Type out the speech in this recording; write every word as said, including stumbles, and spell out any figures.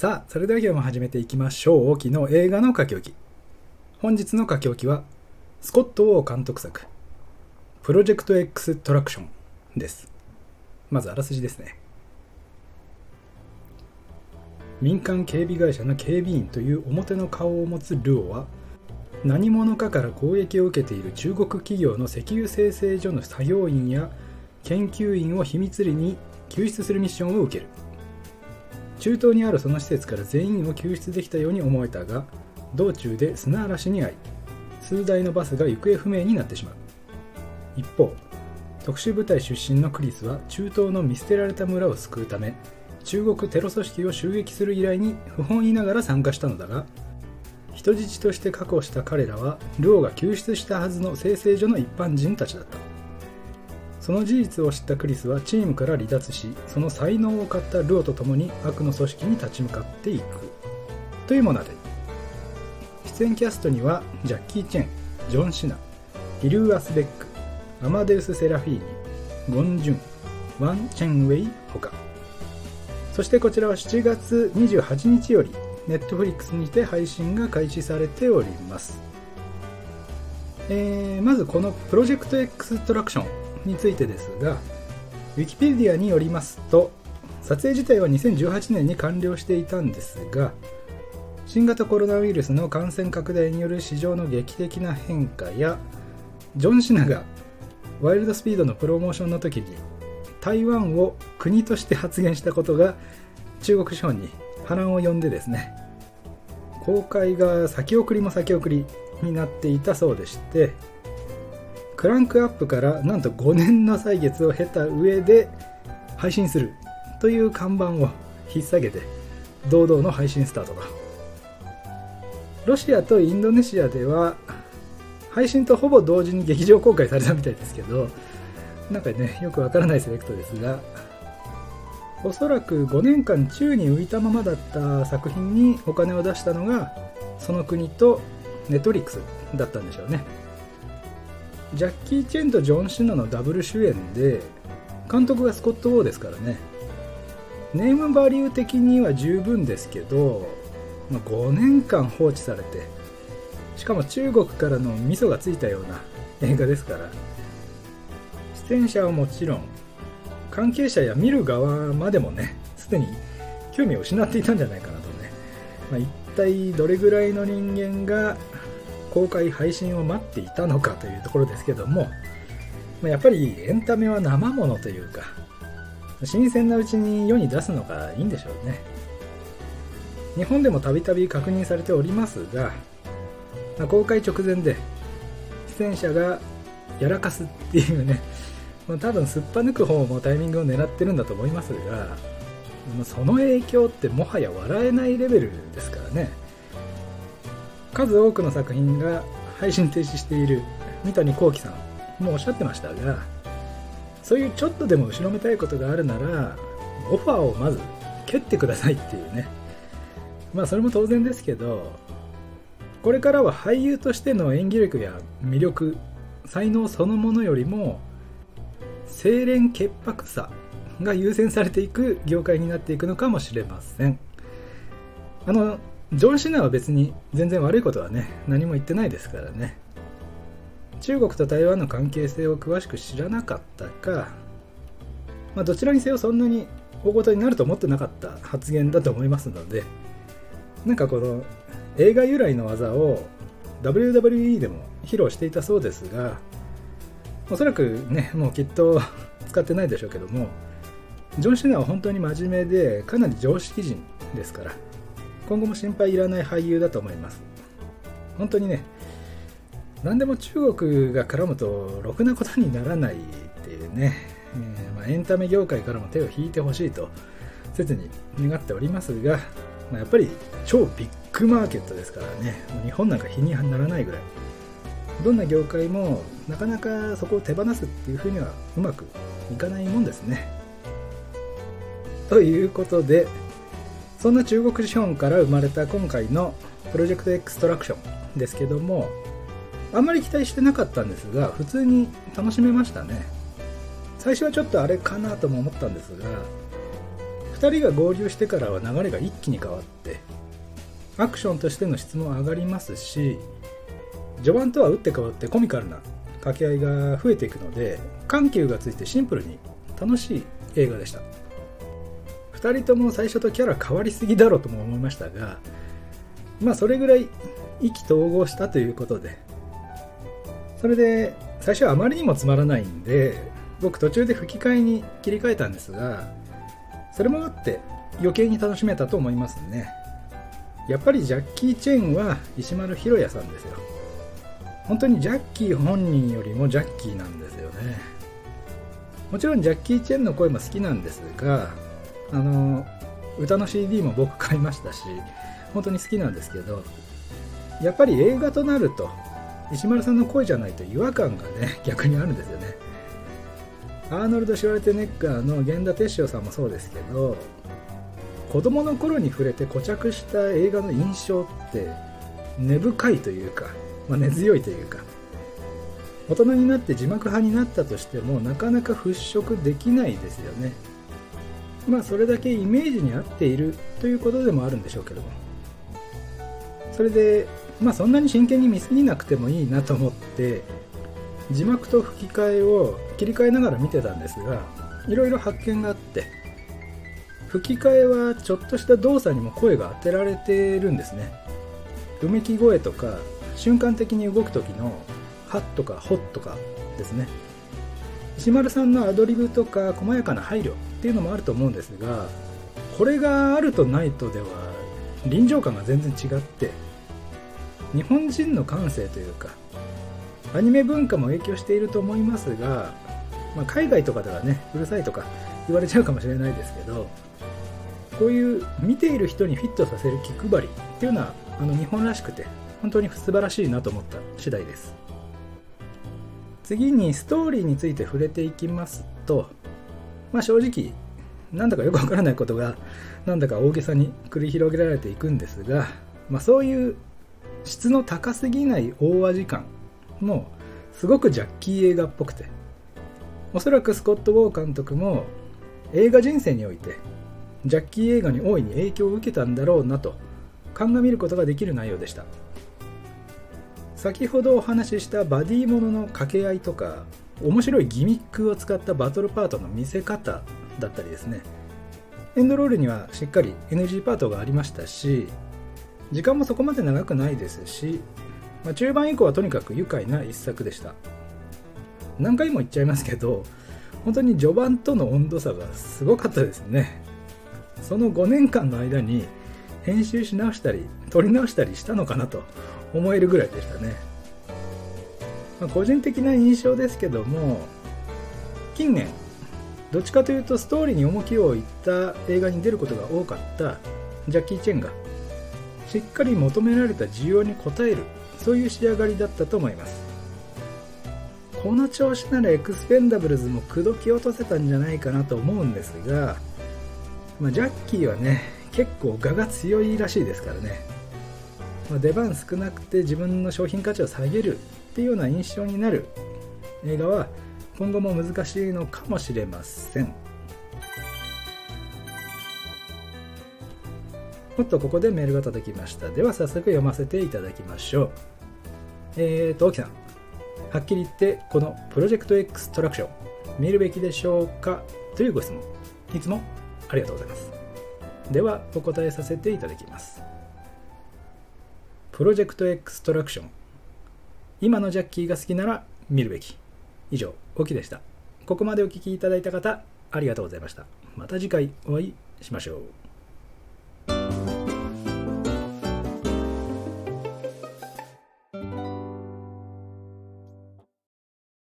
さあ、それでは今日も始めていきましょう。沖の映画の書き置き。本日の書き置きは、スコット・ウォー監督作、プロジェクト X トラクションです。まずあらすじですね。民間警備会社の警備員という表の顔を持つルオは、何者かから攻撃を受けている中国企業の石油精製所の作業員や研究員を秘密裏に救出するミッションを受ける。中東にあるその施設から全員を救出できたように思えたが、道中で砂嵐に遭い、数台のバスが行方不明になってしまう。一方、特殊部隊出身のクリスは中東の見捨てられた村を救うため、中国テロ組織を襲撃する依頼に不本意ながら参加したのだが、人質として確保した彼らはルオが救出したはずの精製所の一般人たちだった。その事実を知ったクリスはチームから離脱し、その才能を買ったルオと共に悪の組織に立ち向かっていくという物語。出演キャストにはジャッキー・チェン、ジョン・シナ、ヒルー・アスベック、アマデウス・セラフィーニ、ゴン・ジュン、ワン・チェンウェイほか。そしてこちらはしちがつにじゅうはちにちよりネットフリックスにて配信が開始されております。えー、まずこのプロジェクト X トラクションについてですが、ウィキペディアによりますと、撮影自体はにせんじゅうはちねんに完了していたんですが、新型コロナウイルスの感染拡大による市場の劇的な変化や、ジョン・シナがワイルドスピードのプロモーションの時に台湾を国として発言したことが中国資本に波乱を呼んでですね、公開が先送りも先送りになっていたそうでして、クランクアップからなんとごねんの歳月を経た上で配信するという看板を引っ提げて堂々の配信スタートと。ロシアとインドネシアでは配信とほぼ同時に劇場公開されたみたいですけど、なんかね、よくわからないセレクトですが、おそらくごねんかん宙に浮いたままだった作品にお金を出したのがその国とネットフリックスだったんでしょうね。ジャッキー・チェンとジョン・シナのダブル主演で、監督がスコット・ウォーですからね、ネームバリュー的には十分ですけど、まあ、ごねんかん放置されて、しかも中国からの味噌がついたような映画ですから、出演者はもちろん関係者や見る側までもね、すでに興味を失っていたんじゃないかなとね、まあ、一体どれぐらいの人間が公開配信を待っていたのかというところですけども、まあ、やっぱりエンタメは生ものというか、新鮮なうちに世に出すのがいいんでしょうね。日本でもたびたび確認されておりますが、まあ、公開直前で出演者がやらかすっていうね、まあ、多分すっぱ抜く方もタイミングを狙ってるんだと思いますが、まあ、その影響ってもはや笑えないレベルですからね。数多くの作品が配信停止している三谷幸喜さんもおっしゃってましたが、そういうちょっとでも後ろめたいことがあるならオファーをまず蹴ってくださいっていうね。まあそれも当然ですけど、これからは俳優としての演技力や魅力、才能そのものよりも清廉潔白さが優先されていく業界になっていくのかもしれません。あのジョン・シナは別に全然悪いことはね、何も言ってないですからね。中国と台湾の関係性を詳しく知らなかったか、まあ、どちらにせよそんなに大事になると思ってなかった発言だと思いますので、なんかこの映画由来の技を ダブリューダブリューイー でも披露していたそうですが、おそらくね、もうきっと使ってないでしょうけども、ジョン・シナは本当に真面目でかなり常識人ですから、今後も心配いらない俳優だと思います。本当にね、何でも中国が絡むとろくなことにならないっていうね、えーまあ、エンタメ業界からも手を引いてほしいと切に願っておりますが、まあ、やっぱり超ビッグマーケットですからね、日本なんか比にならないぐらい、どんな業界もなかなかそこを手放すっていうふうにはうまくいかないもんですね。ということで、そんな中国資本から生まれた今回のプロジェクト X トラクションですけども、あんまり期待してなかったんですが、普通に楽しめましたね。最初はちょっとあれかなとも思ったんですが、 ふたりが合流してからは流れが一気に変わって、アクションとしての質も上がりますし、序盤とは打って変わってコミカルな掛け合いが増えていくので、緩急がついてシンプルに楽しい映画でした。ふたりとも最初とキャラ変わりすぎだろうとも思いましたが、まあそれぐらい意気投合したということで、それで最初はあまりにもつまらないんで、僕途中で吹き替えに切り替えたんですが、それもあって余計に楽しめたと思いますね。やっぱりジャッキー・チェンは石丸ひろやさんですよ。本当にジャッキー本人よりもジャッキーなんですよね。もちろんジャッキー・チェンの声も好きなんですが、あの歌の シーディー も僕買いましたし、本当に好きなんですけど、やっぱり映画となると石丸さんの声じゃないと違和感がね、逆にあるんですよね。アーノルド・シュワルテネッガーの源田鉄章さんもそうですけど、子供の頃に触れて固着した映画の印象って根深いというか、まあ、根強いというか、大人になって字幕派になったとしてもなかなか払拭できないですよね。まあそれだけイメージに合っているということでもあるんでしょうけども、それでまあそんなに真剣に見すぎなくてもいいなと思って字幕と吹き替えを切り替えながら見てたんですが、いろいろ発見があって、吹き替えはちょっとした動作にも声が当てられてるんですね。うめき声とか瞬間的に動く時のハッとかホッとかですね。石丸さんのアドリブとか細やかな配慮っていうのもあると思うんですが、これがあるとないとでは臨場感が全然違って、日本人の感性というかアニメ文化も影響していると思いますが、まあ、海外とかではねうるさいとか言われちゃうかもしれないですけど、こういう見ている人にフィットさせる気配りっていうのはあの日本らしくて本当に素晴らしいなと思った次第です。次にストーリーについて触れていきますと、まあ、正直なんだかよくわからないことがなんだか大げさに繰り広げられていくんですが、まあ、そういう質の高すぎない大味感もすごくジャッキー映画っぽくて、おそらくスコット・ウォー監督も映画人生においてジャッキー映画に大いに影響を受けたんだろうなと鑑みることができる内容でした。先ほどお話ししたバディものの掛け合いとか、面白いギミックを使ったバトルパートの見せ方だったりですね、エンドロールにはしっかり エヌジー パートがありましたし、時間もそこまで長くないですし、まあ、中盤以降はとにかく愉快な一作でした。何回も言っちゃいますけど、本当に序盤との温度差がすごかったですね。そのごねんかんの間に編集し直したり撮り直したりしたのかなと思えるぐらいでしたね。まあ、個人的な印象ですけども、近年どっちかというとストーリーに重きを置いた映画に出ることが多かったジャッキー・チェンがしっかり求められた需要に応える、そういう仕上がりだったと思います。この調子ならエクスペンダブルズも口説き落とせたんじゃないかなと思うんですが、まあ、ジャッキーはね結構我が強いらしいですからね、まあ、出番少なくて自分の商品価値を下げるっていうような印象になる映画は今後も難しいのかもしれません。もっとここでメールが届きました。では早速読ませていただきましょう。えーと、沖さん、はっきり言ってこのプロジェクト X トラクション見るべきでしょうかというご質問、いつもありがとうございます。ではお答えさせていただきます。プロジェクト X トラクション、今のジャッキーが好きなら見るべき。以上、沖でした。ここまでお聞きいただいた方ありがとうございました。また次回お会いしましょう。